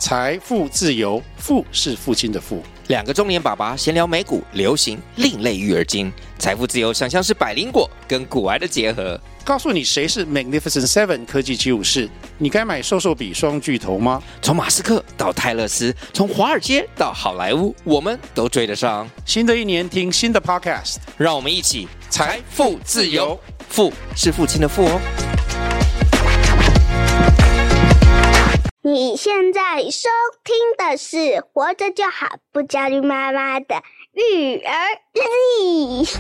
财富自由，富是父亲的富。 两个中年爸爸闲聊美股、流行、另类育儿经，财富自由想象是百灵果跟股癌的结合。 告诉你谁是 Magnificent Seven 科技754，你该买瘦瘦比双巨头吗？ 从马斯克到泰勒斯，从华尔街到好莱坞，我们都追得上。 新的一年听新的 Podcast， 让我们一起财富自由， 富是父亲的富哦。 你现在收听的是《活着就好，不焦虑妈妈的育儿日记》。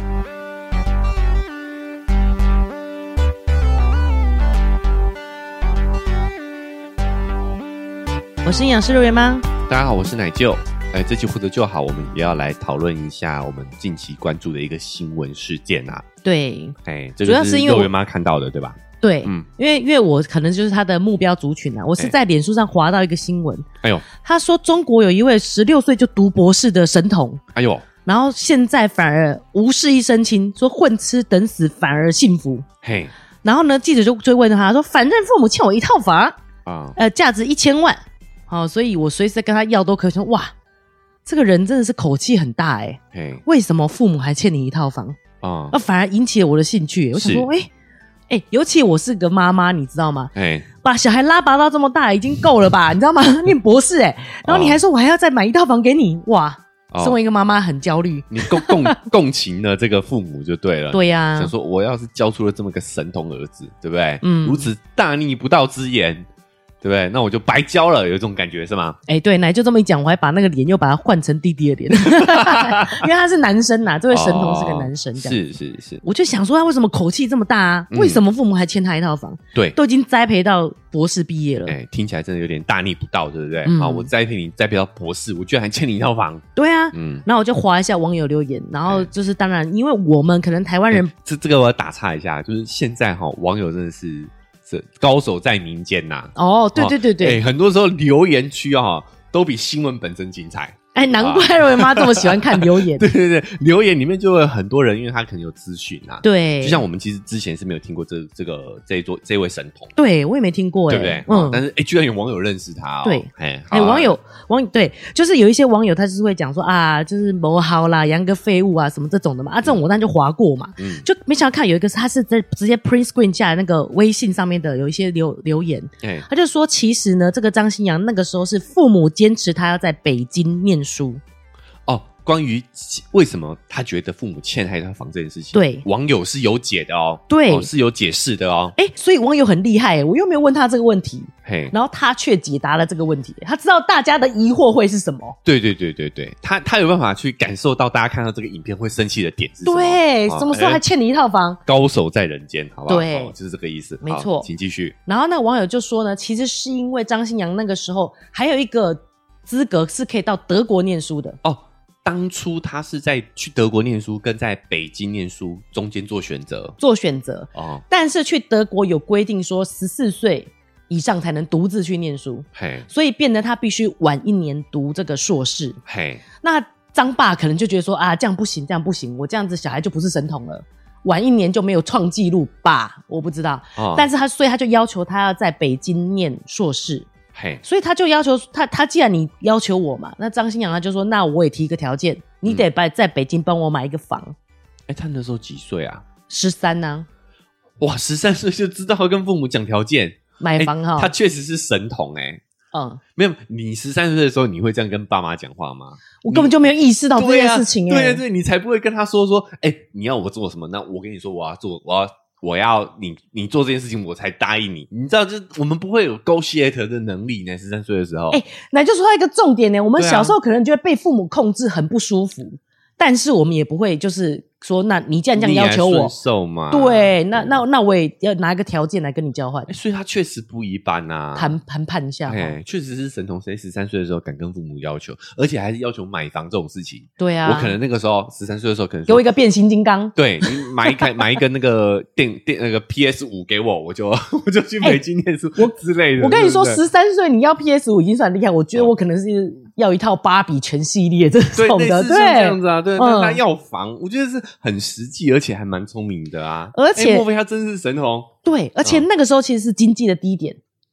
我是营养师肉圆妈， 大家好，我是奶舅。这期活着就好，我们也要来讨论一下我们近期关注的一个新闻事件啊。 对， 这个是肉圆妈看到的，对吧？ 对，因为我可能就是他的目标族群啊。我是在脸书上滑到一个新闻，他说中国有一位16岁就读博士的神童，然后现在反而无事一身轻，说混吃等死反而幸福。然后呢，记者就追问他说，反正父母欠我一套房价值1000万，所以我随时跟他要都可以。说哇，这个人真的是口气很大为什么父母还欠你一套房反而引起了我的兴趣。我想说尤其我是个妈妈，你知道吗？把小孩拉拔到这么大已经够了吧，你知道吗？念博士然后你还说我还要再买一套房给你，哇！身为一个妈妈很焦虑。 你共情了这个父母就对了。 对呀， 想说我要是教出了这么个神童儿子，对不对？如此大逆不道之言，对不对？那我就白教了，有这种感觉是吗？ 对，奶就这么一讲，我还把那个脸又把它换成弟弟的脸，因为他是男生呐，这位神童是个男生，这样是。 我就想说他为什么口气这么大啊？为什么父母还欠他一套房？ 对， 都已经栽培到博士毕业了， 听起来真的有点大逆不道，对不对？我栽培你栽培到博士，我居然还欠你一套房。 对啊，然后我就滑一下网友留言，然后就是当然，因为我们可能台湾人， 这个我要打岔一下，就是现在网友真的是高手在民间呐。 对， 很多时候留言区都比新闻本身精彩。 难怪肉圆妈这么喜欢看留言。 对，留言里面就会有很多人，因为他可能有资讯啊。 对， 就像我们其实之前是没有听过这位神童。 对，我也没听过， 对不对？但是居然有网友认识他。 对，网友对，就是有一些网友他就是会讲说就是不好啦，养个废物啊什么这种的嘛。这种我当然就划过嘛。就没想到看有一个他是在直接 print screen 下来那个微信上面的有一些留言，他就说其实呢，这个张新阳那个时候是父母坚持他要在北京念书。 关于为什么他觉得父母欠他一套房这件事情， 对， 网友是有解的对， 是有解释的所以网友很厉害我又没有问他这个问题，然后他却解答了这个问题，他知道大家的疑惑会是什么。对， 他有办法去感受到大家看到这个影片会生气的点是什么。 对，什么时候还欠你一套房？ 高手在人间，好不好？ 对， 就是这个意思。 没错， 请继续。 然后那个网友就说呢，其实是因为张新阳那个时候还有一个资格是可以到德国念书的。 当初他是在去德国念书跟在北京念书中间做选择但是去德国有规定说14岁以上才能独自去念书，所以变得他必须晚1年读这个硕士。那张爸可能就觉得说这样不行，我这样子小孩就不是神童了，晚1年就没有创纪录吧，我不知道。但是所以他就要求他要在北京念硕士，所以他就要求他既然你要求我嘛，那张新阳他就说那我也提一个条件，你得在北京帮我买一个房。 他那时候几岁啊 ？13啊。 哇，13岁就知道要跟父母讲条件买房他确实是神童没有，你13岁的时候你会这样跟爸妈讲话吗？ 我根本就没有意识到这件事情对，你才不会跟他说你要我做什么，那我跟你说我要你做这件事情我才答应你，你知道，我们不会有 negotiate 的能力呢。13岁的时候， 那就说到一个重点呢，我们小时候可能觉得被父母控制很不舒服，但是我们也不会就是说，那你既然这样要求我， 逆来顺受嘛。 对，那我也要拿一个条件来跟你交换。 所以他确实不一般谈判一下确实是神童，谁13岁的时候敢跟父母要求，而且还是要求买房这种事情。 对啊， 我可能那个时候13岁的时候，可能给我一个变形金刚， 对，你买一个那个那个 PS5 给我就去北京念书之类的。 我跟你说，13岁你要 PS5 已经算厉害，我觉得我可能是要一套芭比全系列这种的，对， 这样子对，他要房，我觉得是很实际，而且还蛮聪明的而且莫非他真是神童？ 对，而且那个时候其实是经济的低点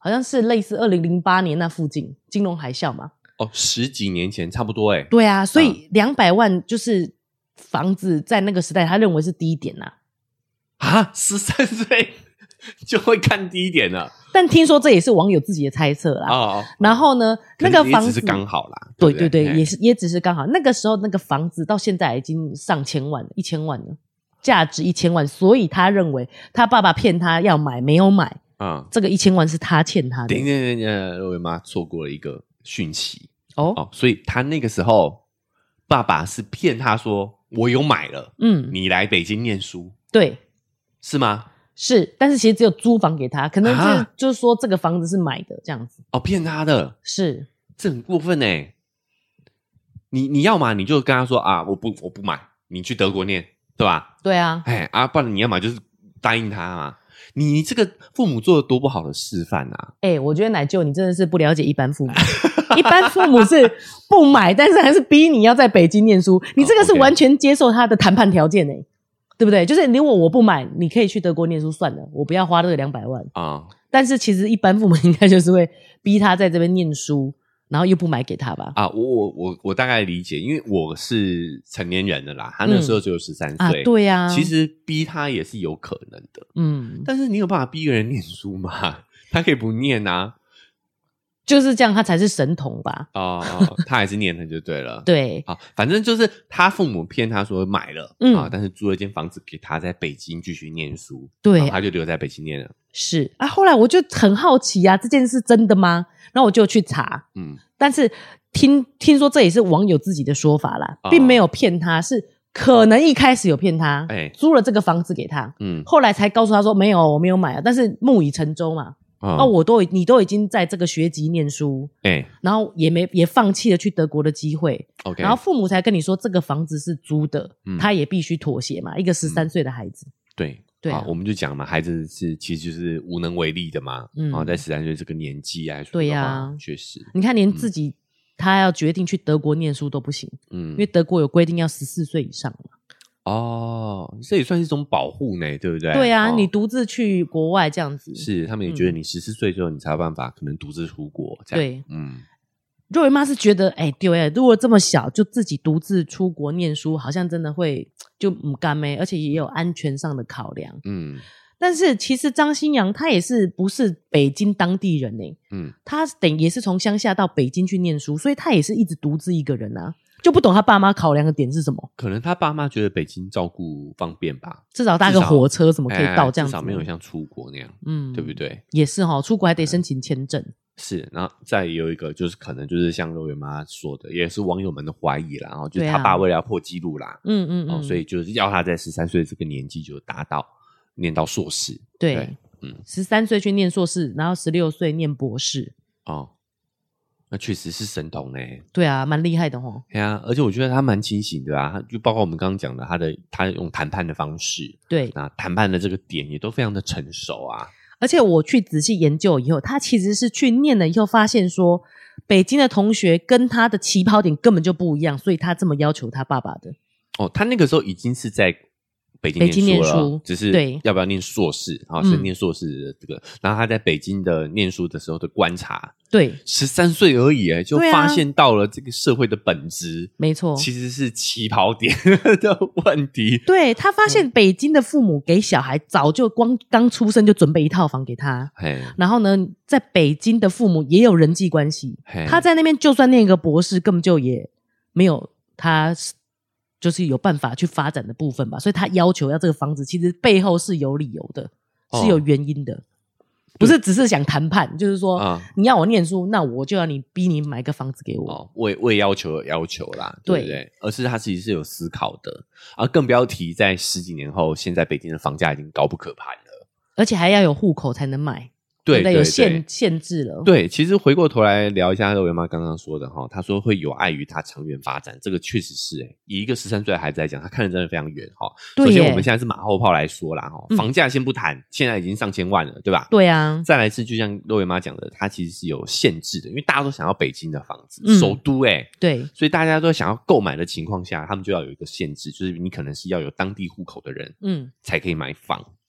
好像是类似2008年那附近金融海啸嘛。 10几年前差不多对啊，所以200万就是房子在那个时代他认为是低点啊。 13岁就会看低点了。 但听说这也是网友自己的猜测啦。然后呢，那个房子也只是刚好啦。 对，也只是刚好。那个时候那个房子到现在已经上千万了，1000万了，价值1000万，所以他认为他爸爸骗他要买，没有买。这个1000万是他欠他的。 等，肉圆妈错过了一个讯息所以他那个时候爸爸是骗他说我有买了，你来北京念书， 对，是吗？ 是，但是其实只有租房给他，可能就是说这个房子是买的这样子。 骗他的， 是， 这很过分欸。你要嘛你就跟他说我不买，你去德国念，对吧？ 对啊， 不然你要嘛就是答应他嘛。你这个父母做的多不好的示范啊！ 我觉得奶舅你真的是不了解一般父母。一般父母是不买，但是还是逼你要在北京念书，你这个是完全接受他的谈判条件对不对？就是如果我不买，你可以去德国念书算了，我不要花这个200万但是其实一般父母应该就是会逼他在这边念书，然后又不买给他吧？ 我大概理解，因为我是成年人了啦，他那时候只有13岁对啊， 其实逼他也是有可能的，但是你有办法逼一个人念书吗？他可以不念啊， 就是这样，他才是神童吧？ 他还是念他就对了。 对， 反正就是他父母骗他说买了但是租了一间房子给他在北京继续念书， 对， 他就留在北京念了。 是后来我就很好奇这件事真的吗？然后我就去查，但是听说这也是网友自己的说法啦，并没有骗他，是可能一开始有骗他，租了这个房子给他，后来才告诉他说没有，我没有买但是木已成舟嘛。你都已经在这个学籍念书，然后也放弃了去德国的机会，然后父母才跟你说这个房子是租的，他也必须妥协嘛，一个13岁的孩子。对我们就讲嘛，孩子其实就是无能为力的嘛，在13岁这个年纪来说的话，确实， 你看连自己他要决定去德国念书都不行，因为德国有规定要14岁以上嘛。 这也算是一种保护呢，对不对？ 对啊，你独自去国外这样子， 是他们也觉得你14岁之后你才有办法可能独自出国这样。 对，肉圆妈是觉得如果这么小就自己独自出国念书，好像真的会就不甘而且也有安全上的考量。但是其实张新阳他也是不是北京当地人他也是从乡下到北京去念书，所以他也是一直独自一个人啊。就不懂他爸妈考量的点是什么？ 可能他爸妈觉得北京照顾方便吧， 至少搭个火车怎么可以到这样子， 至少没有像出国那样，对不对？ 也是出国还得申请签证。 是，然后再有一个就是可能就是像肉圆妈说的，也是网友们的怀疑啦，就是他爸为了要破纪录啦，所以就是要他在13岁这个年纪就达到念到硕士。 对，13岁去念硕士，然后16岁念博士。 那确实是神童对啊，蛮厉害的而且我觉得他蛮清醒的啊，就包括我们刚刚讲的他用谈判的方式， 对， 那谈判的这个点也都非常的成熟啊。 而且我去仔细研究以后，他其实是去念了以后发现说北京的同学跟他的起跑点根本就不一样，所以他这么要求他爸爸的。 他那个时候已经是在北京念书了，只是要不要念硕士，是念硕士的这个，然后他在北京的念书的时候的观察， 对 ，13岁而已就发现到了这个社会的本质， 没错， 其实是起跑点的问题。 对，他发现北京的父母给小孩早就刚出生就准备一套房给他，然后呢，在北京的父母也有人际关系，他在那边就算念一个博士，根本就也没有他就是有办法去发展的部分吧，所以他要求要这个房子，其实背后是有理由的，是有原因的，不是只是想谈判，就是说你要我念书，那我就要逼你买个房子给我， 为要求而要求啦，对不对？而是他其实是有思考的，更不要提在10几年后，现在北京的房价已经高不可攀了， 而且还要有户口才能买。 对， 有限制了。 对，其实回过头来聊一下肉圆妈刚刚说的他说会有碍于他长远发展，这个确实是以一个13岁的孩子来讲，他看得真的非常远首先我们现在是马后炮来说啦房价先不谈，现在已经上千万了，对吧？ 对啊。 再来是就像肉圆妈讲的，他其实是有限制的，因为大家都想要北京的房子，首都对， 所以大家都想要购买的情况下，他们就要有一个限制，就是你可能是要有当地户口的人才可以买房。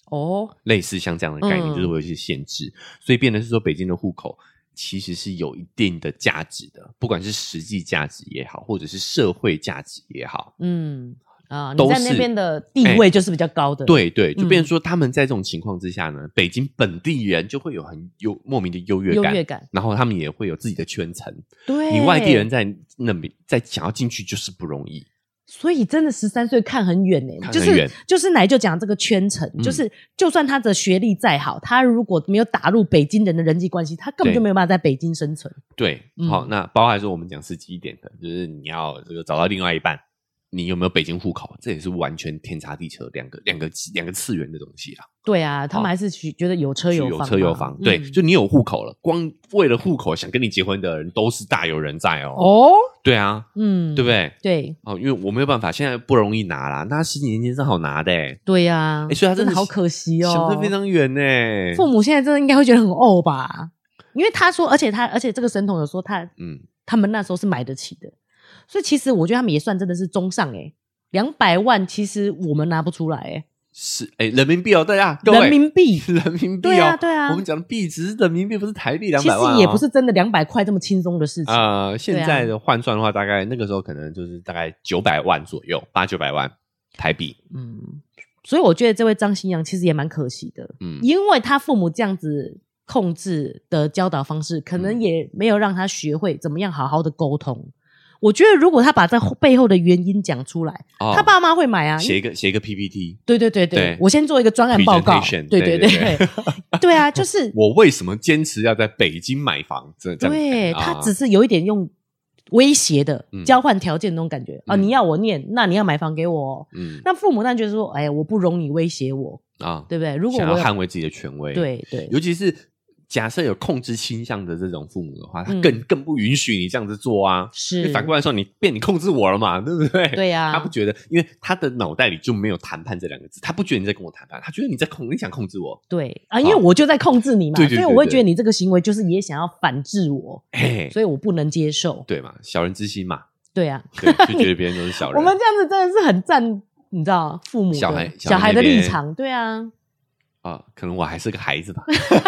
类似像这样的概念，就是会有一些限制，所以变成是说北京的户口其实是有一定的价值的，不管是实际价值也好，或者是社会价值也好， 你在那边的地位就是比较高的， 对对，就变成说他们在这种情况之下呢，北京本地人就会有莫名的优越感，然后他们也会有自己的圈层，对，你外地人在那边再想要进去就是不容易。 所以真的13岁看很远就是奶就讲这个圈层，就是就算他的学历再好，他如果没有打入北京人的人际关系，他根本就没有办法在北京生存。对， 好，那包含说我们讲实际一点的，就是你要这个找到另外一半，你有没有北京户口，这也是完全天差地扯两个次元的东西啦。 对啊，他们还是觉得有车有房， 对，就你有户口了，光为了户口想跟你结婚的人都是大有人在对啊，对不对？ 对， 因为我没有办法，现在不容易拿啦，那10几年前是好拿的对啊， 所以他真的好可惜想得非常远父母现在真的应该会觉得很吧，因为他说，而且这个神童有说他们那时候是买得起的。所以其实我觉得他们也算真的是中上200万其实我们拿不出来是人民币对啊， 人民币对啊对啊， 我们讲的币值是人民币，不是台币200万其实也不是真的200块这么轻松的事情现在的换算的话，大概那个时候可能就是大概900万左右，800-900万台币。 所以我觉得这位张新阳其实也蛮可惜的，因为他父母这样子控制的教导方式，可能也没有让他学会怎么样好好的沟通。我觉得如果他把这背后的原因讲出来，他爸妈会买写一个 PPT， 对，我先做一个专案报告，对对啊，就是我为什么坚持要在北京买房， 对，他只是有一点用威胁的交换条件那种感觉你要我念，那你要买房给我那父母那觉得说，我不容你威胁我对不对？如果我想要捍卫自己的权威， 对， 尤其是假设有控制倾向的这种父母的话，他更不允许你这样子做是，因为反过来说，你控制我了嘛，对不对？ 对啊， 他不觉得，因为他的脑袋里就没有谈判这2个字，他不觉得你在跟我谈判，他觉得你想控制我。 对因为我就在控制你嘛，所以我会觉得你这个行为就是也想要反制我，所以我不能接受。 对嘛，小人之心嘛。 对啊， 就觉得别人都是小人。 我们这样子真的是很站，你知道父母小孩的立场，对啊。 可能我还是个孩子吧。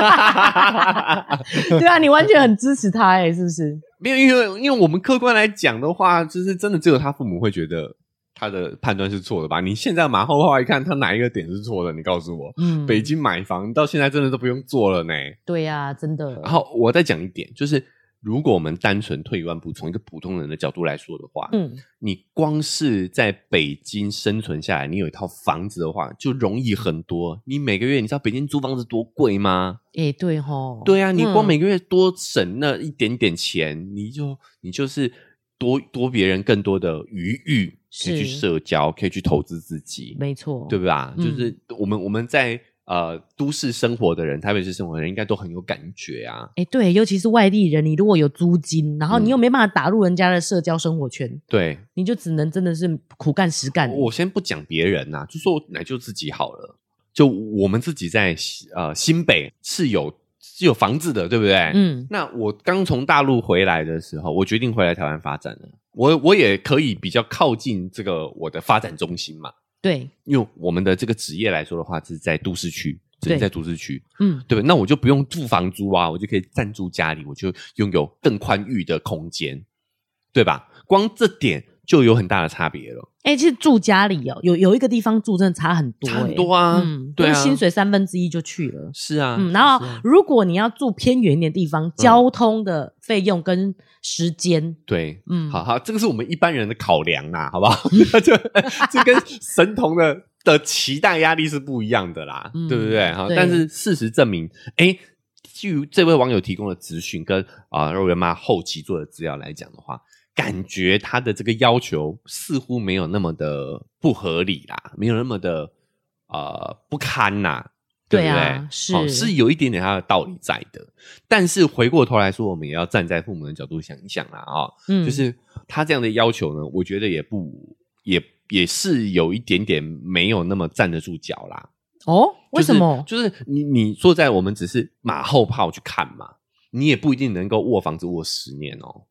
对啊，你完全很支持他是不是？ 没有，因为我们客观来讲的话，就是真的只有他父母会觉得他的判断是错的吧？你现在马后炮一看，他哪一个点是错的？你告诉我。北京买房到现在真的都不用做了呢。 对啊，真的。 然后我再讲一点，就是如果我们单纯退一万步，从一个普通人的角度来说的话，你光是在北京生存下来，你有一套房子的话，就容易很多。你每个月你知道北京租房子多贵吗？ 对对啊，你光每个月多省那一点点钱，你就是多别人更多的余裕，可以去社交，可以去投资自己， 没错， 对吧？就是我们在都市生活的人，台北市生活的人应该都很有感觉啊。 对，尤其是外地人，你如果有租金，然后你又没办法打入人家的社交生活圈， 对， 你就只能真的是苦干实干。 我先不讲别人就说我奶就自己好了，就我们自己在新北是有房子的，对不对？那我刚从大陆回来的时候，我决定回来台湾发展了，我也可以比较靠近这个我的发展中心嘛。对，因为我们的这个职业来说的话，是在都市区，只能在都市区，对吧？那我就不用付房租我就可以暂住家里，我就拥有更宽裕的空间，对吧？光这点就有很大的差别了。 其实住家里有一个地方住真的差很多， 差很多啊。对啊， 薪水1/3就去了。 是啊， 然后如果你要住偏远一点的地方，交通的费用跟时间， 对，好，这个是我们一般人的考量啦，好不好？这跟神童的期待压力是不一样的啦，对不对？但是事实证明，基于这位网友提供的资讯跟肉圆妈后期做的资料来讲的话，感觉他的这个要求似乎没有那么的不合理啦，没有那么的不堪啦，对不对？是有一点点他的道理在的。但是回过头来说，我们也要站在父母的角度想一想啦就是他这样的要求呢，我觉得也是有一点点没有那么站得住脚啦。 为什么？ 就是你说在我们只是马后炮去看嘛，你也不一定能够握房子握10年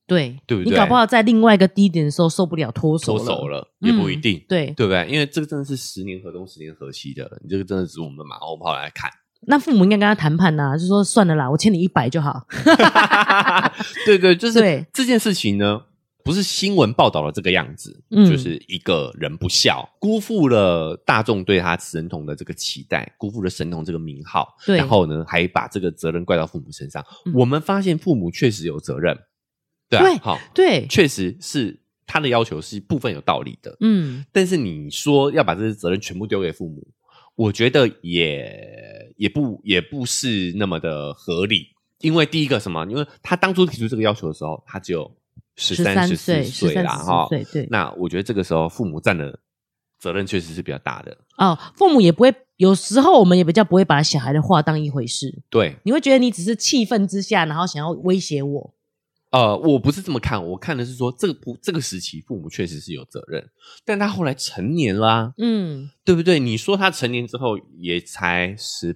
对不对？ 你搞不好在另外一个低点的时候受不了脱手了也不一定， 对不对？因为这个真的是10年河东10年河西的，你这个真的是我们马后炮来看。 那父母应该跟他谈判啊，就说算了啦，我欠你100就好。 对，就是这件事情呢，不是新闻报道的这个样子，就是一个人不孝，辜负了大众对他神童的这个期待，辜负了神童这个名号，然后呢，还把这个责任怪到父母身上。我们发现父母确实有责任。对，好， 对， 确实是他的要求是部分有道理的，但是你说要把这些责任全部丢给父母，我觉得也不是那么的合理，因为第一个什么？因为他当初提出这个要求的时候，他只有13、14岁啦，哈， 对， 那我觉得这个时候父母占的责任确实是比较大的哦，父母也不会，有时候我们也比较不会把小孩的话当一回事， 对， 你会觉得你只是气愤之下，然后想要威胁我。 我不是这么看，我看的是说这个时期父母确实是有责任，但他后来成年啦，对不对？你说他成年之后也才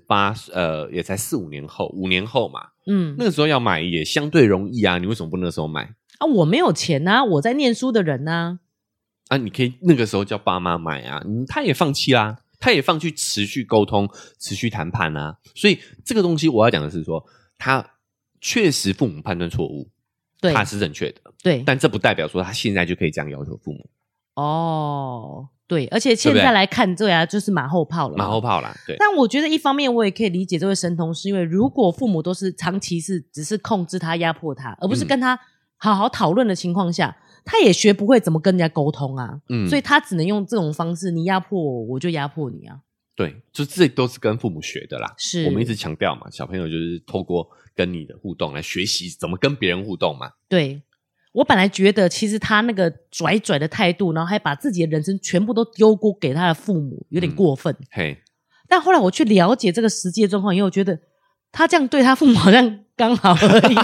18，也才4、5年后，5年后嘛，那个时候要买也相对容易啊，你为什么不那时候买啊？我没有钱啊，我在念书的人啊， 你可以那个时候叫爸妈买啊，他也放弃啦，他也放弃持续沟通、持续谈判啊，所以这个东西我要讲的是说，他确实父母判断错误。 对， 他是正确的， 对， 但这不代表说他现在就可以这样要求父母。 对，而且现在来看，对啊，就是马后炮了， 马后炮啦。对， 但我觉得一方面我也可以理解这位神童，是因为如果父母都是长期只是控制他、压迫他，而不是跟他好好讨论的情况下，他也学不会怎么跟人家沟通啊。所以他只能用这种方式，你压迫我，我就压迫你啊。 对，就这都是跟父母学的啦。 是我们一直强调嘛，小朋友就是透过跟你的互动来学习怎么跟别人互动嘛。 对，我本来觉得其实他那个拽拽的态度，然后还把自己的人生全部都丢锅给他的父母，有点过分。但后来我去了解这个实际的状况以后，我觉得他这样对他父母好像刚好而已。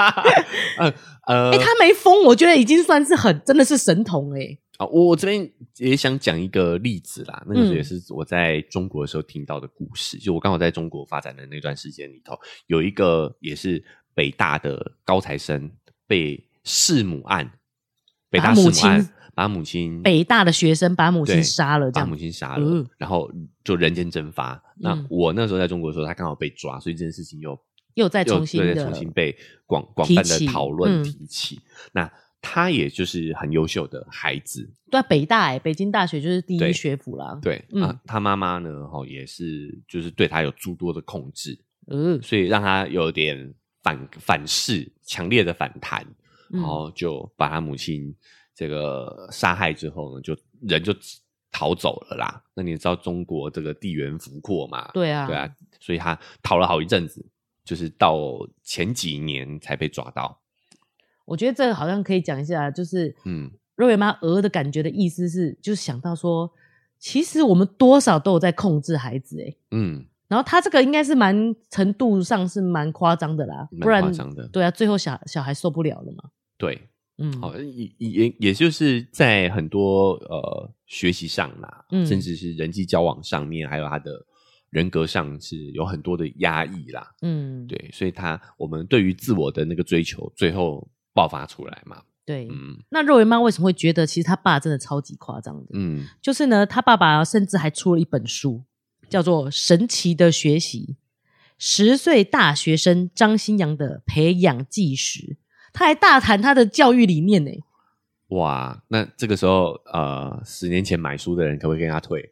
他没疯，我觉得已经算是真的是神童我这边也想讲一个例子啦，那个也是我在中国的时候听到的故事，就我刚好在中国发展的那段时间里头，有一个也是北大的高材生被弑母案，北大弑母案把母亲， 北大的学生把母亲杀了， 把母亲杀了，然后就人间蒸发。那我那时候在中国的时候，他刚好被抓，所以这件事情又再重新被广泛的讨论提起。那他也就是很优秀的孩子， 对，北大北京大学就是第一学府啦。 对，他妈妈呢也是就是对他有诸多的控制，所以让他有点反噬，强烈的反弹，然后就把他母亲这个杀害之后呢，人就逃走了啦。那你知道中国这个地缘幅阔嘛？对啊，所以他逃了好一阵子，就是到前几年才被抓到。 我觉得这个好像可以讲一下，就是肉圆妈的感觉的意思是，就是想到说，其实我们多少都有在控制孩子然后他这个应该是程度上是蛮夸张的啦，不然对啊，最后小孩受不了了嘛。 对，也就是在很多学习上啦，甚至是人际交往上面，还有他的人格上是有很多的压抑啦。对，所以我们对于自我的那个追求，最后爆发出来嘛。 对，那肉圆妈为什么会觉得其实他爸真的超级夸张的？就是呢，他爸爸甚至还出了一本书，叫做《神奇的学习：10岁大学生张新阳的培养纪实》，他还大谈他的教育理念呢。 哇，那这个时候10年前买书的人可不可以跟他退？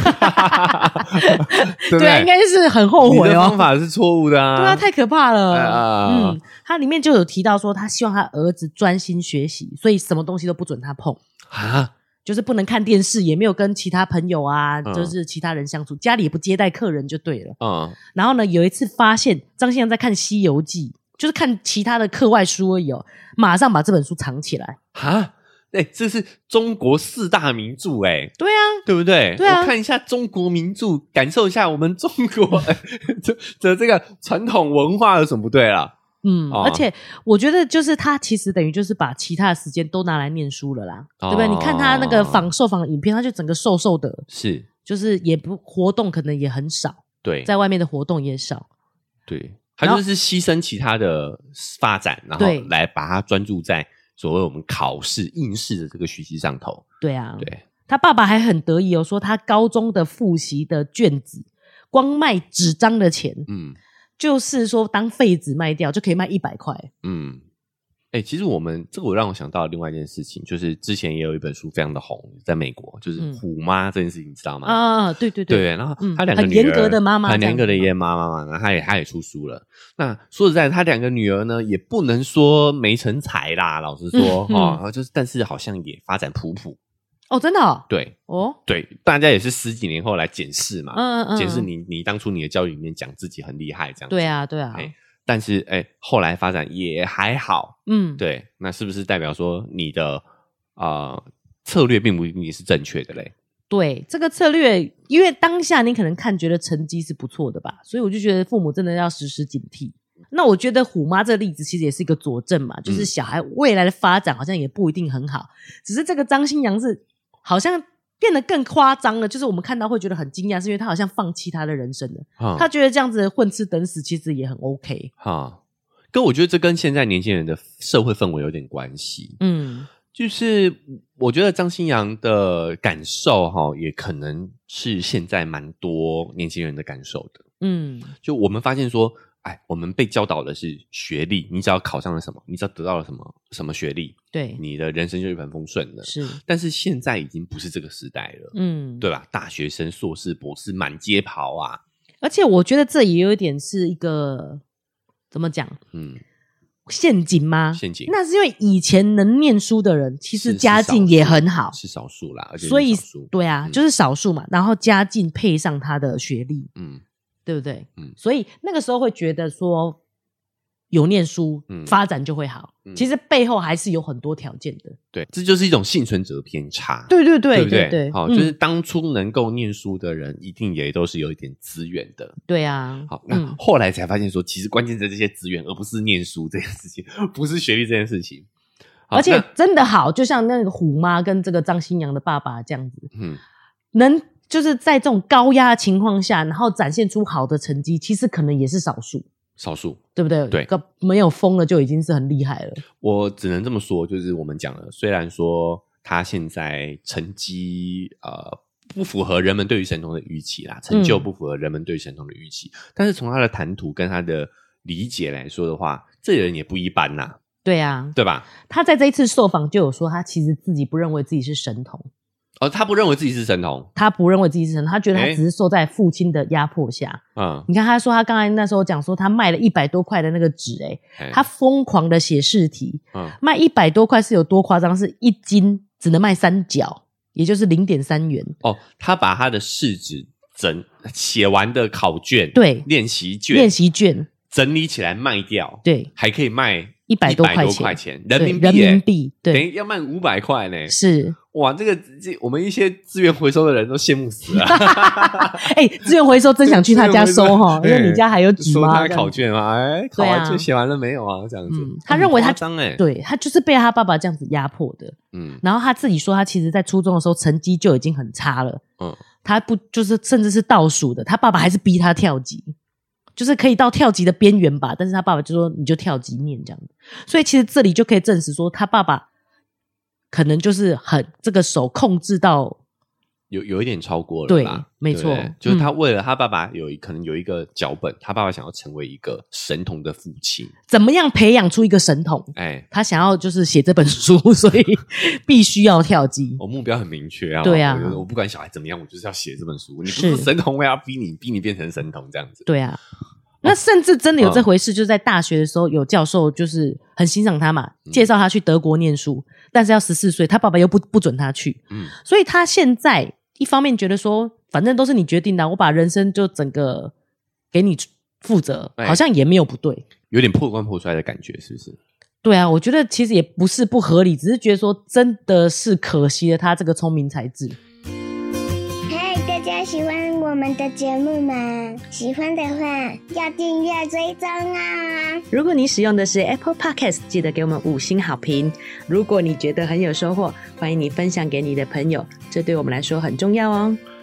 对啊，应该是很后悔你的方法是错误的啊。 对啊，太可怕了。他里面就有提到说，他希望他儿子专心学习，所以什么东西都不准他碰啊，就是不能看电视，也没有跟其他朋友啊，就是其他人相处，家里也不接待客人就对了。然后呢，有一次发现张新阳在看《西游记》，就是看其他的课外书而已马上把这本书藏起来啊。这是中国4大名著对啊， 对不对？ 对啊， 我看一下中国名著，感受一下我们中国的这个传统文化有什么不对啦。 而且我觉得就是他其实等于就是把其他的时间都拿来念书了啦，对不对？你看他那个受访的影片，他就整个瘦瘦的， 是， 就是也不活动，可能也很少， 对， 在外面的活动也少， 对，他就是牺牲其他的发展，然后来把他专注在所谓我们考试应试的这个学习上头。 对啊， 对， 他爸爸还很得意说他高中的复习的卷子，光卖纸张的钱，就是说当废纸卖掉就可以卖100块。 其实我让我想到另外一件事情，就是之前也有一本书非常的红，在美国，就是虎妈这件事情，你知道吗？啊，对，然后他两个女儿， 很严格的妈妈， 很严格的爷妈妈，然后他也出书了。那说实在，他两个女儿呢，也不能说没成才啦，老实说就是但是好像也发展普普。 哦，真的哦？ 对对，大家也是10几年后来检视嘛，检视你当初你的教育里面讲自己很厉害这样子。 对啊。 但是后来发展也还好，对，那是不是代表说你的策略并不一定是正确的嘞？ 对，这个策略，因为当下你可能觉得成绩是不错的吧，所以我就觉得父母真的要时时警惕。那我觉得虎妈这个例子其实也是一个佐证嘛，就是小孩未来的发展好像也不一定很好，只是这个张新阳是好像变得更夸张了，就是我们看到会觉得很惊讶，是因为他好像放弃他的人生了，他觉得这样子混吃等死其实也很 OK。 跟我觉得这跟现在年轻人的社会氛围有点关系。就是我觉得张新阳的感受也可能是现在蛮多年轻人的感受的。就我们发现说，我们被教导的是学历，你只要考上了什么，你只要得到了什么学历，对，你的人生就一帆风顺了。是，但是现在已经不是这个时代了，对吧？大学生、硕士、博士满街跑啊！ 而且我觉得这也有一点是一个怎么讲？陷阱吗？陷阱。那是因为以前能念书的人，其实家境也很好， 是少数啦，而且所以对啊，就是少数嘛。然后家境配上他的学历，对不对？所以那个时候会觉得说有念书，发展就会好。其实背后还是有很多条件的。 对，这就是一种幸存者偏差。 对不对？好，就是当初能够念书的人，一定也都是有一点资源的。 对啊。 好，那后来才发现说，其实关键在这些资源，而不是念书这件事情，不是学历这件事情。 而且真的好，就像那个虎妈跟这个张新阳的爸爸这样子，能。就是在这种高压的情况下，然后展现出好的成绩，其实可能也是少数，对不对？对，没有疯了就已经是很厉害了。 我只能这么说，就是我们讲了，虽然说他现在成绩不符合人们对于神童的预期啦，成就不符合人们对于神童的预期，但是从他的谈吐跟他的理解来说的话，这人也不一般呐。 对啊， 对吧？ 他在这一次受访就有说，他其实自己不认为自己是神童。 他不认为自己是神童， 他不认为自己是神童，他觉得他只是受在父亲的压迫下。你看他说他刚才那时候讲说他卖了100多块的那个纸，他疯狂的写试题，卖100多块是有多夸张？是1斤只能卖3角，也就是 0.3 元。 他把他的试纸写完的考卷， 对， 练习卷整理起来卖掉， 对， 还可以卖 100多块钱人民币，对，等于要卖500块呢。 是， 哇，这我们一些资源回收的人都羡慕死了。 资源回收真想去他家收哈，因为你家还有纸吗？ 收他考卷吗？考完卷写完了没有啊？这样子， 他认为他对他就是被他爸爸这样子压迫的。然后他自己说，他其实在初中的时候成绩就已经很差了。他不就是甚至是倒数的，他爸爸还是逼他跳级。就是可以到跳级的边缘吧，但是他爸爸就说你就跳级念这样，所以其实这里就可以证实说他爸爸可能就是这个手控制到有一点超过了啦。 对，没错， 就是他为了他爸爸可能有一个脚本，他爸爸想要成为一个神童的父亲， 怎么样培养出一个神童？他想要就是写这本书，所以必须要跳级。 我目标很明确啊， 对啊， 我不管小孩怎么样，我就是要写这本书。你不是神童，我要逼你变成神童这样子。 对啊，那甚至真的有这回事，就是在大学的时候有教授就是很欣赏他嘛，介绍他去德国念书，但是要14岁，他爸爸又不准他去，所以他现在一方面觉得说反正都是你决定的，我把人生就整个给你负责，好像也没有不对， 有点破罐破摔的感觉，是不是？ 对啊，我觉得其实也不是不合理，只是觉得说真的是可惜了他这个聪明才智。 大家喜欢我们的节目吗？喜欢的话要订阅追踪啊！ 如果你使用的是 Apple Podcast， 记得给我们5星好评。如果你觉得很有收获，欢迎你分享给你的朋友，这对我们来说很重要哦。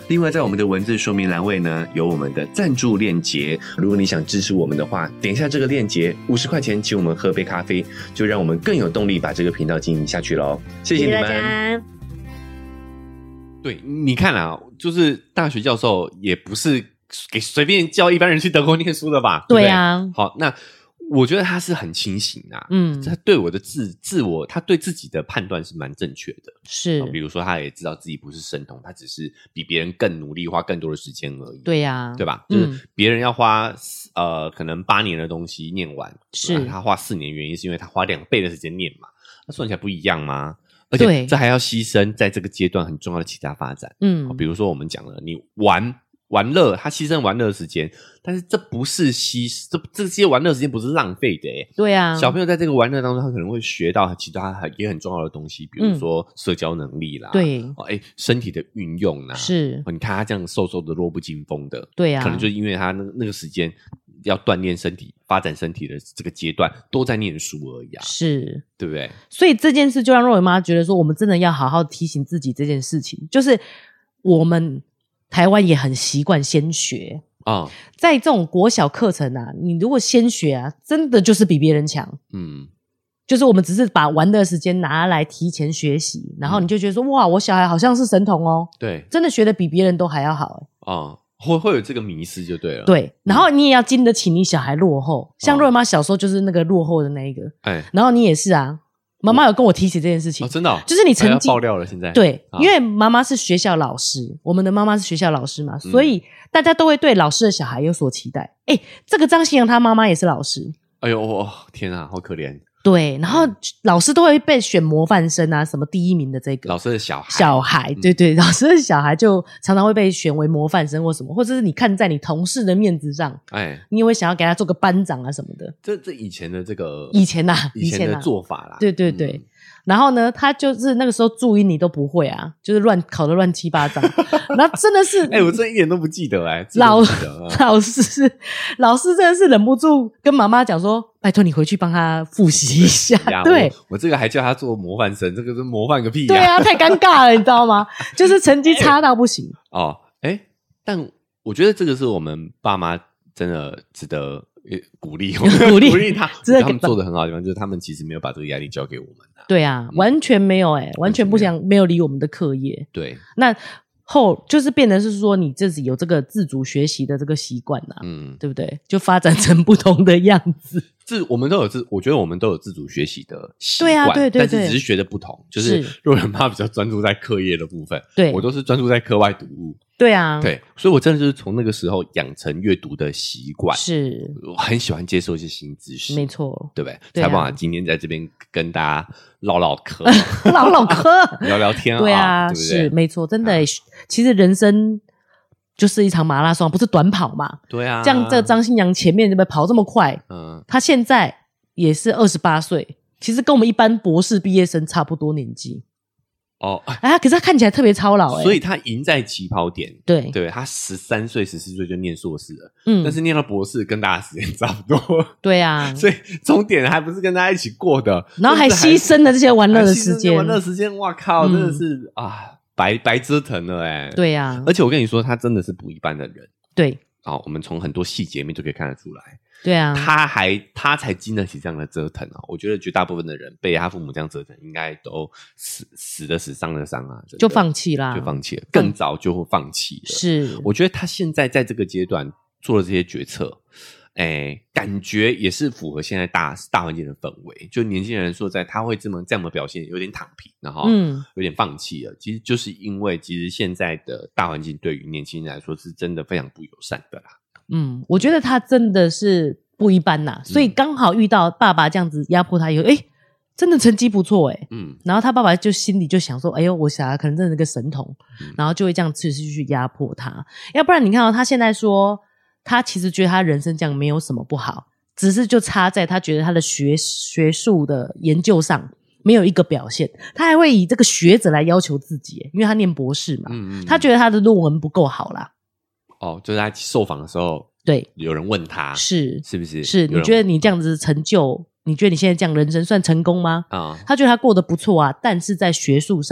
另外在我们的文字说明栏位呢，有我们的赞助链接，如果你想支持我们的话，点一下这个链接，50块钱请我们喝杯咖啡，就让我们更有动力把这个频道经营下去咯。谢谢你们。对，你看啊，就是大学教授也不是给随便叫一般人去德国念书的吧？对啊。好，那我觉得他是很清醒啊，他对我的自我，他对自己的判断是蛮正确的。是，比如说他也知道自己不是神童，他只是比别人更努力，花更多的时间而已。对呀，对吧？就是别人要花可能8年的东西念完，是他花4年，原因是因为他花2倍的时间念嘛，那算起来不一样吗？而且这还要牺牲在这个阶段很重要的其他发展。比如说我们讲了，你玩乐，他牺牲玩乐的时间，但是这不是这些玩乐时间不是浪费的耶。对啊，小朋友在这个玩乐当中，他可能会学到其他也很重要的东西，比如说社交能力啦，对，身体的运用啦，是，你看他这样瘦瘦的、弱不禁风的，对啊，可能就是因为他那个时间要锻炼身体、发展身体的这个阶段，都在念书而已啊，是，对不对？所以这件事就让若伟妈觉得说，我们真的要好好提醒自己这件事情，就是我们台湾也很习惯先学啊，在这种国小课程啊，你如果先学啊，真的就是比别人强。就是我们只是把玩的时间拿来提前学习，然后你就觉得说，哇，我小孩好像是神童哦，对，真的学的比别人都还要好啊。会有这个迷思就对了。对，然后你也要经得起你小孩落后，像瑞妈小时候就是那个落后的那一个，然后你也是啊。妈妈有跟我提起这件事情，真的哦，就是你成绩爆料了。现在对，因为妈妈是学校老师，我们的妈妈是学校老师嘛，所以大家都会对老师的小孩有所期待。这个张信阳他妈妈也是老师，哎呦，天啊，好可怜。对，然后老师都会被选模范生啊，什么第1名的这个老师的小孩，对对，老师的小孩就常常会被选为模范生或什么，或者是你看在你同事的面子上，你也会想要给他做个班长啊什么的。这以前的这个以前的做法啦，对对对。然后呢，他就是那个时候注音你都不会啊，就是考得乱七八糟。然后真的是，我真的一点都不记得老师真的是忍不住跟妈妈讲说，拜托你回去帮他复习一下。对，我这个还叫他做模范生，这个是模范个屁呀！对啊，太尴尬了，你知道吗？就是成绩差到不行。但我觉得这个是我们爸妈真的值得鼓励他们做的很好的地方，就是他们其实没有把这个压力交给我们。对啊，完全没有完全不想，没有理我们的课业。对，那就是变成是说你自己有这个自主学习的这个习惯啊，对不对？就发展成不同的样子。我们都有我觉得我们都有自主学习的习惯，对啊，对对对，但是只是学的不同。就是若人妈比较专注在课业的部分，对，我都是专注在课外读物。对啊，对，所以我真的就是从那个时候养成阅读的习惯，是我很喜欢接受一些新知识，没错，对不对？才办法今天在这边跟大家唠嗑聊聊天啊，对啊，对不对？是没错，真的其实人生就是一场马拉松，不是短跑嘛？对啊，像这张信阳前面跑这么快，他现在也是28岁，其实跟我们一般博士毕业生差不多年纪。可是他看起来特别操劳所以他赢在起跑点。对，他13岁、14岁就念硕士了，但是念到博士跟大家时间差不多。对啊，所以终点还不是跟大家一起过的，然后还牺牲了这些玩乐的时间。哇靠，真的是白折腾了对啊，而且我跟你说，他真的是不一般的人。对，我们从很多细节面就可以看得出来。对啊，他才经得起这样的折腾我觉得绝大部分的人被他父母这样折腾，应该都死的死，伤的伤啊，就放弃啦，更早就会放弃了。是，我觉得他现在在这个阶段做了这些决策，感觉也是符合现在大环境的氛围。就年轻人说他会这样表现，有点躺平，然后有点放弃了。其实就是因为其实现在的大环境对于年轻人来说是真的非常不友善的啦。我觉得他真的是不一般呐，所以刚好遇到爸爸这样子压迫他以后，真的成绩不错然后他爸爸就心里就想说，哎呦，我小孩可能真的是个神童，然后就会这样持续去压迫他。要不然你看他现在说，他其实觉得他人生这样没有什么不好，只是就差在他觉得他的学术的研究上没有一个表现，他还会以这个学者来要求自己，因为他念博士嘛，他觉得他的论文不够好啦。就是他受访的时候，对，有人问他，是不是？是，你觉得你这样子成就，你觉得你现在这样人生算成功吗？他觉得他过得不错啊，但是在学术上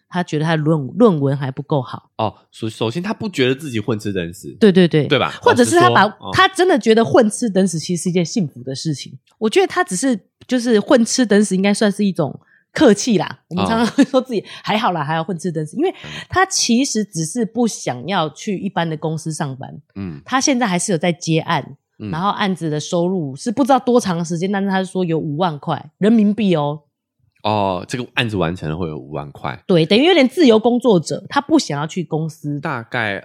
他觉得他论文还不够好。 首先他不觉得自己混吃等死， 对对对， 对吧？ 或者是他真的觉得混吃等死其实是一件幸福的事情。我觉得他只是就是混吃等死，应该算是一种客气啦。我们常常会说自己还好啦，还要混吃等死，因为他其实只是不想要去一般的公司上班。他现在还是有在接案。然后案子的收入是不知道多长的时间，但是他说有5万块人民币哦。 这个案子完成了会有5万块， 对，等于有点自由工作者，他不想要去公司， 大概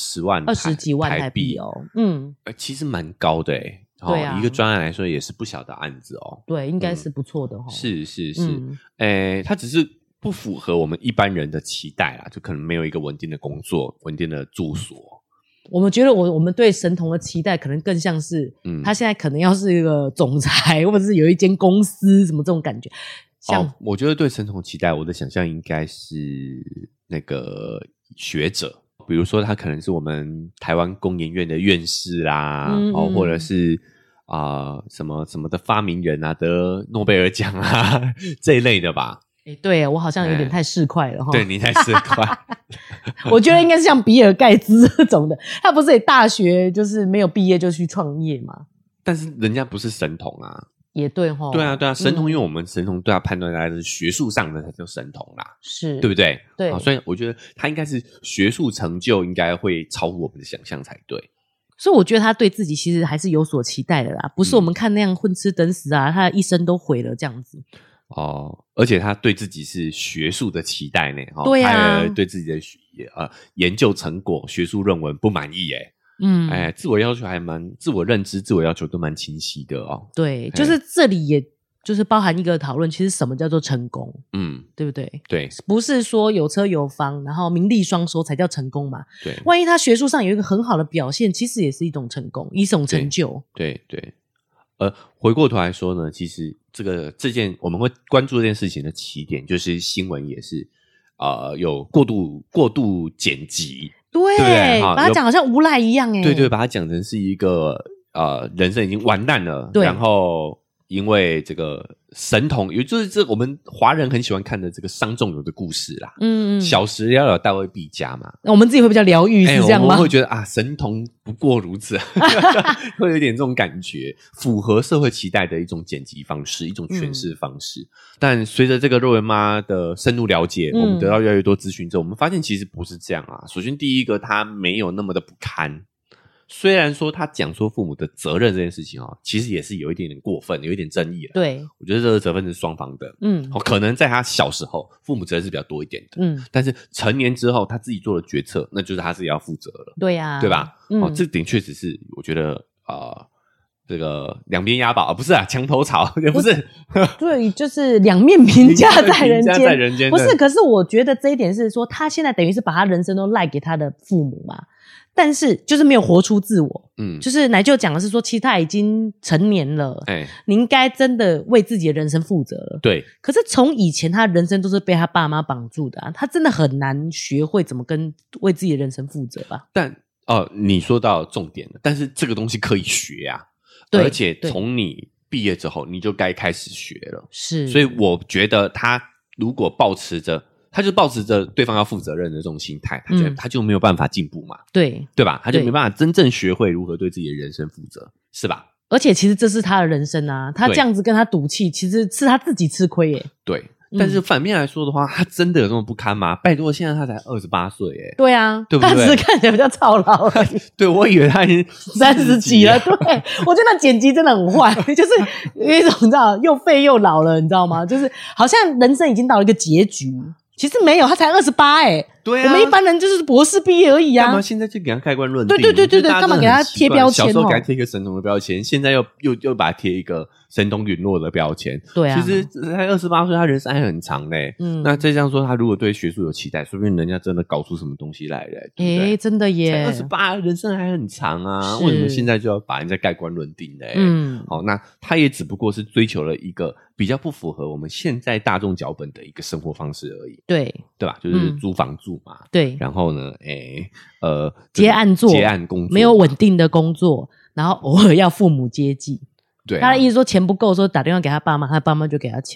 20几万台币哦。 其实蛮高的对啊，一个专案来说也是不小的案子哦。 对，应该是不错的是，他只是不符合我们一般人的期待啦，就可能没有一个稳定的工作、稳定的住所。 我们觉得我们对神童的期待可能更像是，他现在可能要是一个总裁，或者是有一间公司什么这种感觉。 我觉得对神童期待，我的想象应该是那个学者，比如说他可能是我们台湾工研院的院士啦，或者是什么什么的发明人啊，得诺贝尔奖啊这一类的吧。 对，我好像有点太市侩了对，你太市侩。 我觉得应该是像比尔盖茨这种的，他不是也大学就是没有毕业就去创业吗？ 但是人家不是神童啊。 也对齁。 对啊，神童，因为我们神童对他判断大概是学术上的才叫神童啦， 是， 对不对？ 对， 所以我觉得他应该是学术成就应该会超乎我们的想象才对。 所以我觉得他对自己其实还是有所期待的啦，不是我们看那样混吃等死啊，他的一生都毁了这样子。 而且他对自己是学术的期待呢， 对啊， 他对自己的研究成果、学术论文不满意自我要求自我认知、自我要求都蛮清晰的哦。 对，就是这里也就是包含一个讨论，其实什么叫做成功？对不对？ 对， 不是说有车有房，然后名利双收才叫成功嘛？ 对， 万一他学术上有一个很好的表现，其实也是一种成功，一种成就。 对。回过头来说呢，其实这件我们会关注这件事情的起点，就是新闻也是有过度剪辑，对不对？ 把它讲好像无赖一样对，把它讲成是一个人生已经完蛋了，然后因为这个神童，也就是我们华人很喜欢看的这个伤仲永的故事啦，小时了了大未必佳嘛， 那我们自己会比较疗愈，是这样吗？ 我们会觉得神童不过如此，会有点这种感觉，符合社会期待的一种剪辑方式，一种诠释方式。但随着这个肉圆妈的深入了解，我们得到越来越多资讯之后，我们发现其实不是这样啊。首先第一个，他没有那么的不堪。虽然说他讲说父母的责任这件事情其实也是有一点点过分，有一点争议了。 对， 我觉得这个责任是双方的。可能在他小时候，父母责任是比较多一点的。但是成年之后，他自己做的决策，那就是他自己要负责了。 对呀， 对吧？这点确实是，我觉得这个两边押宝不是墙头草，也不是。 对，就是两面评价在人间，不是。 对， 可是我觉得这一点是说，他现在等于是把他人生都赖给他的父母嘛。但是就是没有活出自我，就是奶舅讲的是说，其实他已经成年了，你应该真的为自己的人生负责了。 对， 可是从以前他人生都是被他爸妈绑住的他真的很难学会怎么为自己的人生负责吧。 但你说到重点了，但是这个东西可以学啊，而且从你毕业之后你就该开始学了。 是， 所以我觉得他如果抱持着对方要负责任的这种心态，他就没有办法进步嘛，对吧？他就没办法真正学会如何对自己的人生负责，是吧？ 而且其实这是他的人生啊，他这样子跟他赌气，其实是他自己吃亏耶。 对，但是反面来说的话，他真的有这么不堪吗？拜托，现在他才28岁耶。 对啊， 对不对？ 他只是看起来比较操劳而已。 对，我以为他已经 30几了。对，我觉得那剪辑真的很坏，就是有一种你知道又废又老了，你知道吗？就是好像人生已经到了一个结局。其实没有，他才28 对啊， 我们一般人就是博士毕业而已啊。 干嘛现在就给他盖棺论定？ 对，干嘛给他贴标签？ 小时候给他贴一个神童的标签，现在又把他贴一个神童陨落的标签。 对啊， 其实才28岁，他人生还很长嘞。那再这样说，他如果对学术有期待，说不定人家真的搞出什么东西来了。 真的耶， 才28，人生还很长啊，为什么现在就要把人家盖棺论定嘞？好，那他也只不过是追求了一个比较不符合我们现在大众脚本的一个生活方式而已。对吧？就是租房住嘛。 对， 然后呢， 接案工作，没有稳定的工作，然后偶尔要父母接济。 对， 他的意思说钱不够，说打电话给他爸妈，他爸妈就给他钱。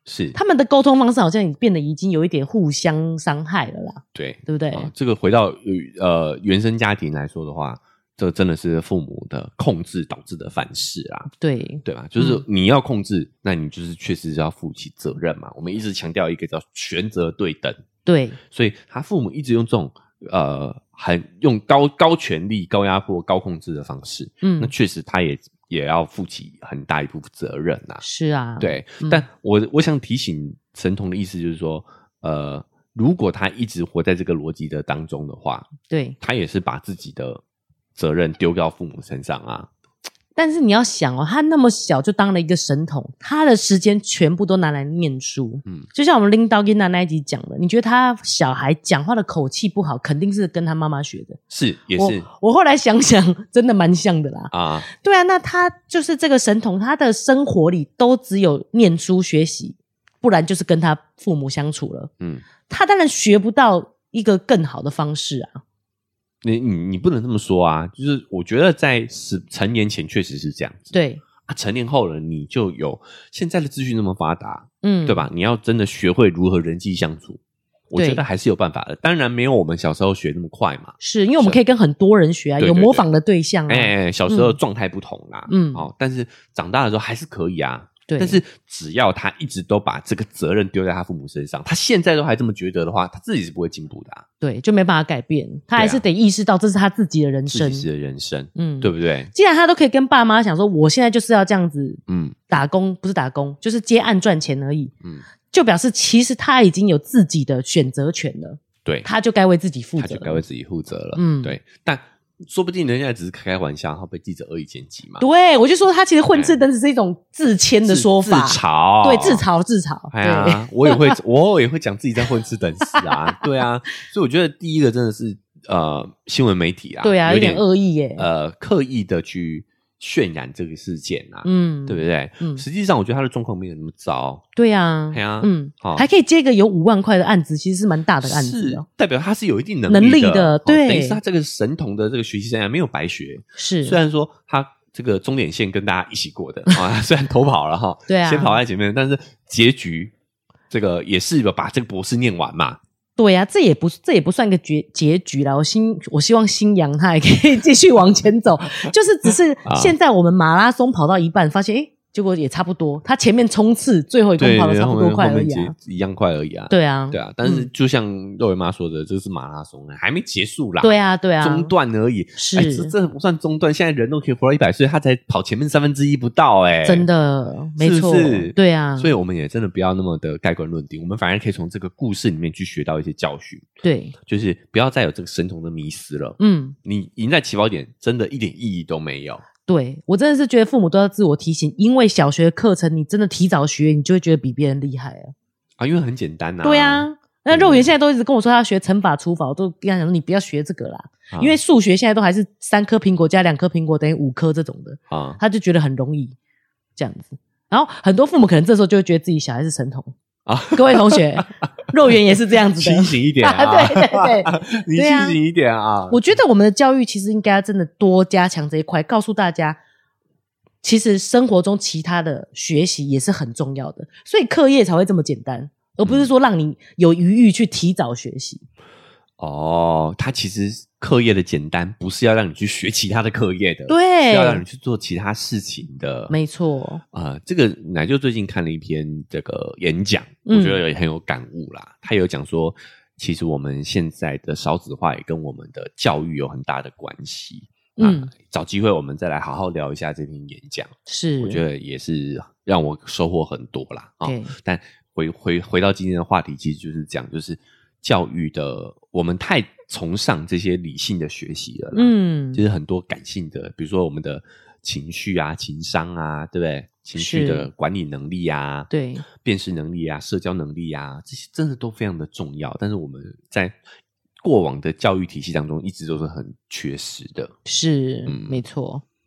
是他们的沟通方式好像变得已经有一点互相伤害了啦， 对不对？ 这个回到原生家庭来说的话，这真的是父母的控制导致的反噬啊， 对吧？就是你要控制，那你就是确实是要负起责任嘛。我们一直强调一个叫权责对等， 对， 所以他父母一直用这种很用高权力、高压迫、高控制的方式，那确实他也要负起很大一部分责任啊。 是啊， 对。但我想提醒神童的意思就是说，如果他一直活在这个逻辑的当中的话， 对， 他也是把自己的责任丢到父母身上啊。 但是你要想他那么小就当了一个神童，他的时间全部都拿来念书。就像我们拎刀跟那一集讲的，你觉得他小孩讲话的口气不好，肯定是跟他妈妈学的。 是，也是。 我后来想想，真的蛮像的啦。 啊， 对啊，那他就是这个神童，他的生活里都只有念书学习，不然就是跟他父母相处了。他当然学不到一个更好的方式啊。 你不能这么说啊，就是我觉得在成年前确实是这样子， 对啊，成年后了你就有现在的资讯那么发达，对吧？你要真的学会如何人际相处，我觉得还是有办法的。当然没有我们小时候学那么快嘛， 是因为我们可以跟很多人学啊，有模仿的对象啊。小时候状态不同啦，但是长大的时候还是可以啊。 对， 但是只要他一直都把这个责任丢在他父母身上，他现在都还这么觉得的话，他自己是不会进步的啊。 对，就没办法改变，他还是得意识到这是他自己的人生， 自己的人生，对不对？ 既然他都可以跟爸妈讲说，我现在就是要这样子，打工不是打工，就是接案赚钱而已，就表示其实他已经有自己的选择权了， 对， 他就该为自己负责， 了，对，但。说不定人家只是开玩笑，他被记者恶意剪辑嘛？ 对，我就说他其实混吃等死是一种自谦的说法， 自嘲， 对，自嘲。 哎呀，我也会讲自己在混吃等死啊，对啊，所以我觉得第一个真的是新闻媒体啊， 对啊，有点恶意耶， 刻意的去渲染这个事件啊，对不对？实际上我觉得他的状况没有那么糟， 对啊，还可以接个有5万块的案子，其实是蛮大的案子， 是代表他是有一定能力的，对， 等于是他这个神童的这个学习生涯没有白学， 是虽然说他这个终点线跟大家一起过的啊，虽然偷跑了哈， 对啊， 先跑在前面，但是结局这个也是把这个博士念完嘛。 对啊，这也不算一个结局啦。我希望新阳他也可以继续往前走，就是只是现在我们马拉松跑到一半，发现结果也差不多，他前面冲刺最后一公跑的差不多快而已啊， 一样快而已啊。 对啊， 但是就像肉圆妈说的，这是马拉松，还没结束啦。 对啊， 中段而已。 是， 这不算中段，现在人都可以活到100岁，他才跑前面1/3不到， 真的，没错， 是， 对啊。 所以我们也真的不要那么的盖棺论定，我们反而可以从这个故事里面去学到一些教训。 对， 就是不要再有这个神童的迷思了。你赢在起跑点，真的一点意义都没有。 对，我真的是觉得父母都要自我提醒，因为小学课程你真的提早学，你就会觉得比别人厉害啊，因为很简单啊。 对啊，那肉圆现在都一直跟我说他要学乘法除法，我都跟他讲说你不要学这个啦，因为数学现在都还是3颗苹果加2颗苹果等于5颗这种的啊，他就觉得很容易这样子。然后很多父母可能这时候就会觉得自己小孩是神童啊，各位同学，肉圆也是这样子的， 清醒一点啊！ 对， 你清醒一点啊！ 我觉得我们的教育其实应该真的多加强这一块，告诉大家，其实生活中其他的学习也是很重要的，所以课业才会这么简单，而不是说让你有余裕去提早学习。 它其实课业的简单不是要让你去学其他的课业的， 对， 是要让你去做其他事情的， 没错。 这个奶就最近看了一篇这个演讲，我觉得也很有感悟啦。他有讲说，其实我们现在的少子化也跟我们的教育有很大的关系。找机会我们再来好好聊一下这篇演讲， 是我觉得也是让我收获很多啦。但回到今天的话题，其实就是讲就是教育的，我们太崇尚这些理性的学习了啦，就是很多感性的，比如说我们的情绪啊、情商啊，对不对？情绪的管理能力啊， 对， 辨识能力啊、社交能力啊，这些真的都非常的重要，但是我们在过往的教育体系当中一直都是很缺失的。 是，没错。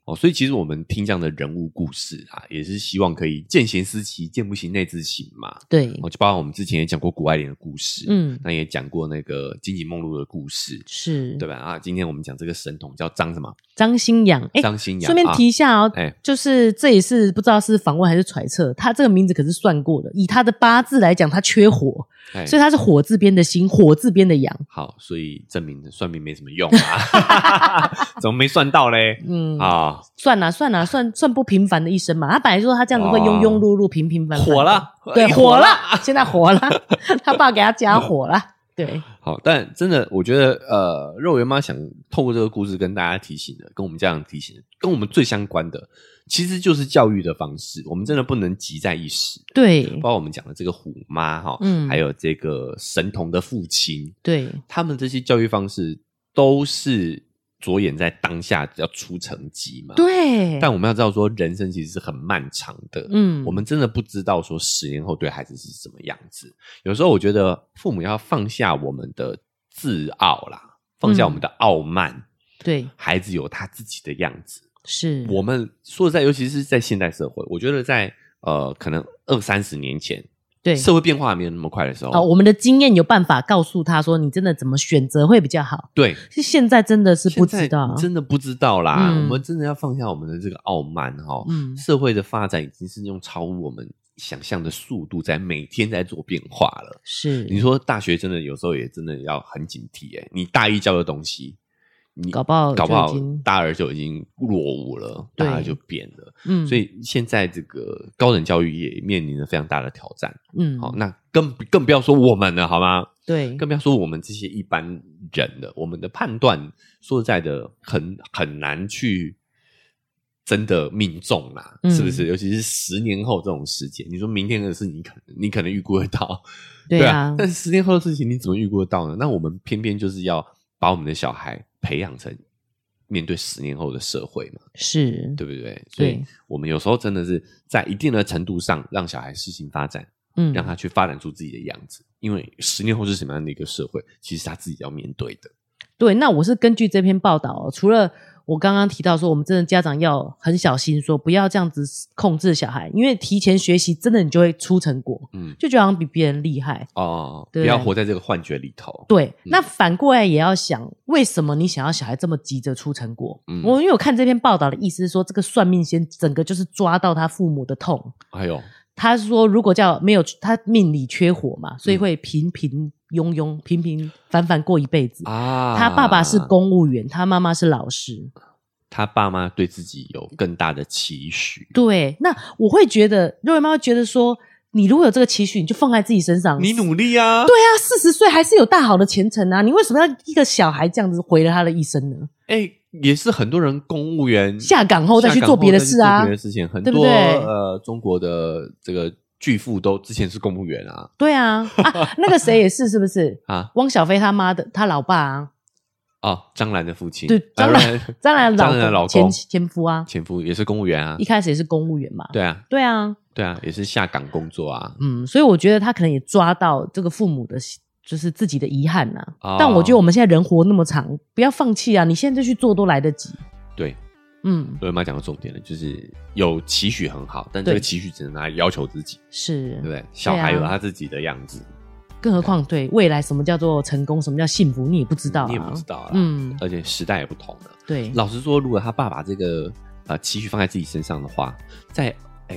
所以其实我们听这样的人物故事啊，也是希望可以见贤思齐，见不贤内自省嘛。 对， 就包括我们之前也讲过谷爱凌的故事，那也讲过那个金井梦露的故事， 是对吧？啊，今天我们讲这个神童叫张什么？ 张新阳。张新阳，顺便提一下哦，就是这也是不知道是访问还是揣测，他这个名字可是算过的，以他的八字来讲，他缺火，所以他是火字边的辛，火字边的阳。 好，所以证明算命没什么用啊，怎么没算到嘞？ 算不平凡的一生嘛。他本来说他这样子会庸庸碌碌、平平凡凡， 火了， 对，火了，现在火了，他爸给他加火了。对， 好，但真的，我觉得肉圆妈想透过这个故事跟大家提醒的，跟我们家长提醒的，跟我们最相关的，其实就是教育的方式。我们真的不能急在一时。 对， 包括我们讲的这个虎妈还有这个神童的父亲， 对， 他们这些教育方式都是着眼在当下要出成绩嘛。 对， 但我们要知道说，人生其实是很漫长的。我们真的不知道说10年后对孩子是什么样子。有时候我觉得父母要放下我们的自傲啦，放下我们的傲慢。 对， 孩子有他自己的样子。 是我们说实在，尤其是在现代社会，我觉得在可能20-30年前。对，社会变化没有那么快的时候， 我们的经验有办法告诉他说，你真的怎么选择会比较好。 对， 现在真的是不知道， 真的不知道啦。我们真的要放下我们的这个傲慢社会的发展已经是用超乎我们想象的速度，在每天在做变化了。 是， 你说大学真的有时候也真的要很警惕你大一教的东西。你搞不好大二就已经落伍了，大二就变了。所以现在这个高等教育也面临着非常大的挑战。好，那更不要说我们了，好吗？ 对， 更不要说我们这些一般人了。我们的判断说实在的很难去真的命中啦，是不是？尤其是10年后这种时间，你说明天的事你可能预估得到， 对啊。 但是10年后的事情你怎么预估得到呢？那我们偏偏就是要把我们的小孩培养成面对10年后的社会嘛， 是， 对不对？所以我们有时候真的是在一定的程度上让小孩适性发展，让他去发展出自己的样子。因为10年后是什么样的一个社会，其实他自己要面对的。 对，那我是根据这篇报道除了我刚刚提到说，我们真的家长要很小心，说不要这样子控制小孩，因为提前学习，真的你就会出成果，就觉得好像比别人厉害不要活在这个幻觉里头。 对，那反过来也要想，为什么你想要小孩这么急着出成果？因为我看这篇报道的意思是说，这个算命先整个就是抓到他父母的痛。 哎呦， 他说如果叫没有他命里缺火嘛，所以会平平庸庸、平平凡凡过一辈子他爸爸是公务员，他妈妈是老师， 他爸妈对自己有更大的期许。 对，那我会觉得肉圆妈会觉得说，你如果有这个期许，你就放在自己身上， 你努力啊。 对啊，40岁还是有大好的前程啊，你为什么要一个小孩这样子毁了他的一生呢？ 也是很多人公务员下岗后再去做别的事啊， 别的事情很多，对不对？中国的这个巨富都之前是公务员啊。 对啊，那个谁也是不是啊？汪小菲他老爸张兰的父亲， 对，张兰的老公前夫啊， 前夫也是公务员啊， 一开始也是公务员嘛。 对啊，也是下岗工作啊。 所以我觉得他可能也抓到这个父母的就是自己的遗憾但我觉得我们现在人活那么长，不要放弃啊，你现在就去做都来得及。 对，肉圆妈讲的重点了，就是有期许很好，但这个期许只能拿来要求自己， 是， 对不对？小孩有他自己的样子， 更何况未来什么叫做成功，什么叫幸福，你也不知道你也不知道而且时代也不同了。 对， 老实说，如果他爸把这个期许放在自己身上的话，在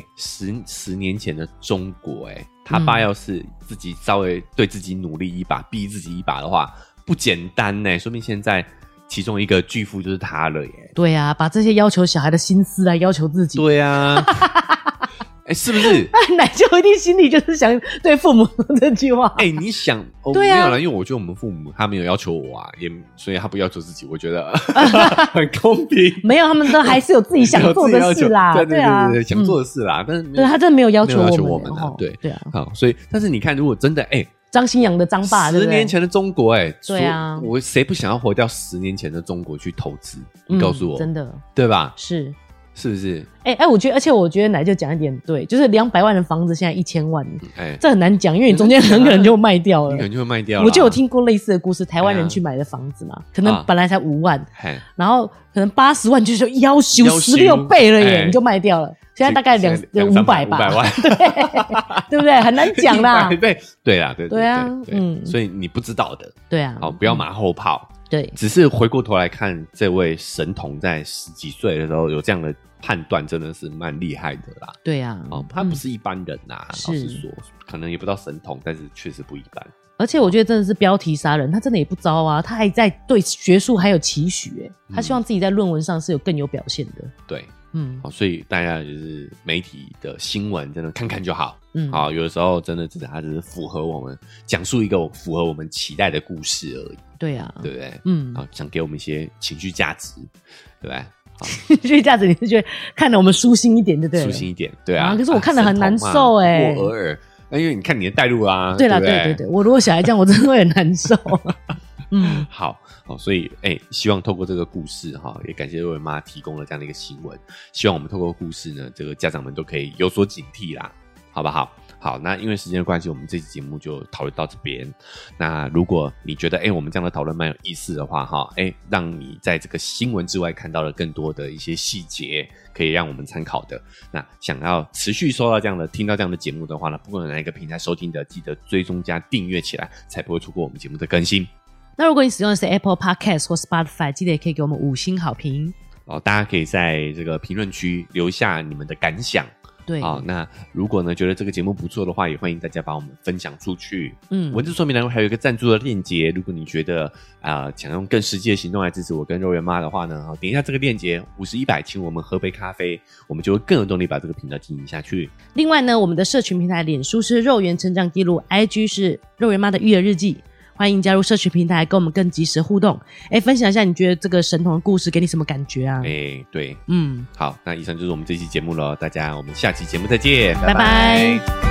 10年前的中国他爸要是自己稍微对自己努力一把，逼自己一把的话，不简单说明现在其中一个巨富就是他了耶。 对啊，把这些要求小孩的心思来要求自己。 对啊是不是？ 奶就一定心里就是想对父母说这句话。 你想对啊， 没有啦，因为我觉得我们父母他没有要求我所以他不要求自己，我觉得很公平。 没有，他们都还是有自己想做的事啦。 对啊，想做的事啦。但是对他真的没有要求我们对啊。 好，所以但是你看，如果真的张新阳的张爸 ，10年前的中国对啊， 我谁不想要回到10年前的中国去投资？你告诉我， 真的对吧？ 是。 是不是？ 我觉得，而且我觉得奶就讲一点对，就是200万的房子现在1000万，这很难讲，因为你中间很可能就卖掉了， 你可能就会卖掉了。 我就有听过类似的故事，台湾人去买的房子嘛，可能本来才5万，然后可能80万就是要求16倍了耶，你就卖掉了。现在大概500吧 ，500万， 对不对？很难讲啦。 对啦， 对啊， 所以你不知道的， 对啊， 好，不要马后炮。 对， 只是回过头来看，这位神童在10几岁的时候有这样的判断，真的是蛮厉害的啦。 对啊， 他不是一般人呐，老实说，可能也不到神童，但是确实不一般。 而且我觉得真的是标题杀人，他真的也不糟啊，他还在对学术还有期许，他希望自己在论文上是有更有表现的。 对。所以大家就是媒体的新闻真的看看就好，有的时候真的它只是符合我们讲述一个符合我们期待的故事而已。 对啊， 对不对？想给我们一些情绪价值，对不对？ 情绪价值你是觉得看得我们舒心一点，对不对？ 舒心一点，对啊。 可是我看得很难受过尔尔，因为你看你的带入啊， 对啦，对，我如果小孩这样，我真的会很难受。 好，所以希望透过这个故事也感谢肉圆妈提供了这样的一个新闻，希望我们透过故事呢，这个家长们都可以有所警惕啦，好不好？好，那因为时间的关系，我们这期节目就讨论到这边。那如果你觉得我们这样的讨论蛮有意思的话让你在这个新闻之外看到了更多的一些细节，可以让我们参考的。那想要持续收到听到这样的节目的话呢，不管哪一个平台收听的，记得追踪加订阅起来，才不会错过我们节目的更新。 那如果你使用的是 Apple Podcast 或 Spotify， 记得也可以给我们5星好评。 大家可以在这个评论区留下你们的感想。 对， 那如果呢觉得这个节目不错的话，也欢迎大家把我们分享出去。文字说明栏还有一个赞助的链接，如果你觉得想用更实际的行动来支持我跟肉圆妈的话呢，点一下这个链接，50、100，请我们喝杯咖啡，我们就会更有动力把这个频道经营下去。 另外呢，我们的社群平台脸书是肉圆成长记录， IG 是肉圆妈的育儿日记，欢迎加入社群平台跟我们更及时互动，分享一下你觉得这个神童的故事给你什么感觉啊？ 对，好，那以上就是我们这期节目了，大家我们下期节目再见， 拜拜。